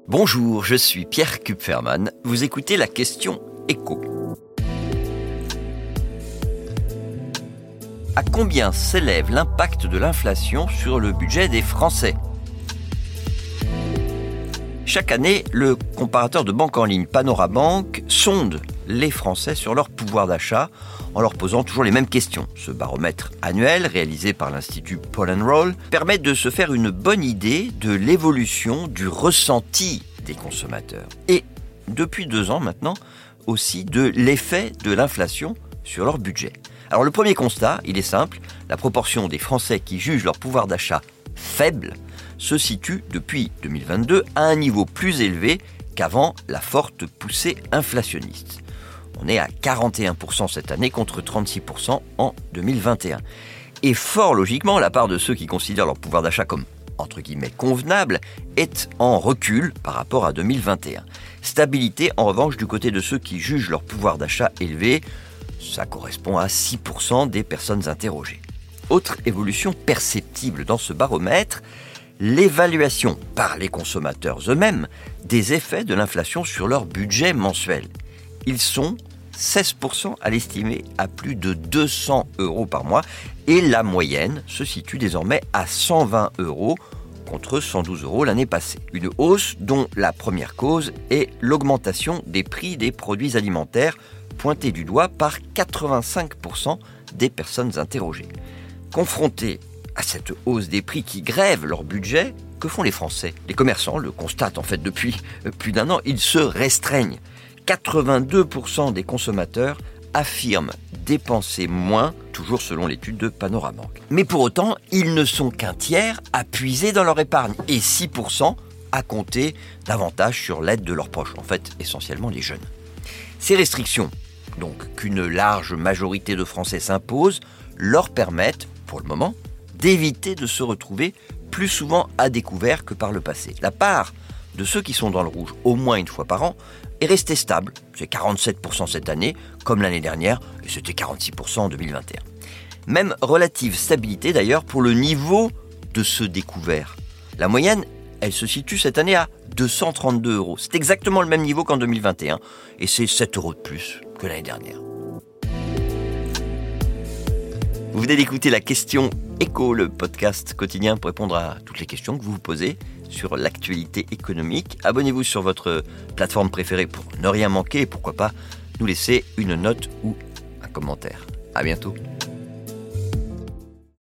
Bonjour, je suis Pierre Kupferman. Vous écoutez la question écho. À combien s'élève l'impact de l'inflation sur le budget des Français ? Chaque année, le comparateur de banque en ligne Panorabank sonde les Français sur leur pouvoir d'achat en leur posant toujours les mêmes questions. Ce baromètre annuel, réalisé par l'Institut Paul & Roll, permet de se faire une bonne idée de l'évolution du ressenti des consommateurs. Et depuis 2 ans maintenant, aussi de l'effet de l'inflation sur leur budget. Alors le premier constat, il est simple, la proportion des Français qui jugent leur pouvoir d'achat faible se situe depuis 2022 à un niveau plus élevé qu'avant la forte poussée inflationniste. On est à 41% cette année contre 36% en 2021. Et fort logiquement, la part de ceux qui considèrent leur pouvoir d'achat comme entre guillemets convenable est en recul par rapport à 2021. Stabilité en revanche du côté de ceux qui jugent leur pouvoir d'achat élevé, ça correspond à 6% des personnes interrogées. Autre évolution perceptible dans ce baromètre, l'évaluation par les consommateurs eux-mêmes des effets de l'inflation sur leur budget mensuel. Ils sont 16% à l'estimer à plus de 200 € par mois et la moyenne se situe désormais à 120 € contre 112 € l'année passée. Une hausse dont la première cause est l'augmentation des prix des produits alimentaires pointée du doigt par 85% des personnes interrogées. Confrontés à cette hausse des prix qui grèvent leur budget, que font les Français ? Les commerçants le constatent en fait depuis plus d'1 an, ils se restreignent. 82% des consommateurs affirment dépenser moins, toujours selon l'étude de Panorabank. Mais pour autant, ils ne sont qu'un tiers à puiser dans leur épargne et 6% à compter davantage sur l'aide de leurs proches, en fait essentiellement les jeunes. Ces restrictions, donc qu'une large majorité de Français s'imposent, leur permettent, pour le moment, d'éviter de se retrouver plus souvent à découvert que par le passé. La part de ceux qui sont dans le rouge au moins une fois par an est restée stable. C'est 47% cette année, comme l'année dernière, et c'était 46% en 2021. Même relative stabilité d'ailleurs pour le niveau de ce découvert. La moyenne, elle se situe cette année à 232 €. C'est exactement le même niveau qu'en 2021, et c'est 7 € de plus que l'année dernière. Vous venez d'écouter la question écho, le podcast quotidien pour répondre à toutes les questions que vous vous posez sur l'actualité économique. Abonnez-vous sur votre plateforme préférée pour ne rien manquer et pourquoi pas nous laisser une note ou un commentaire. À bientôt.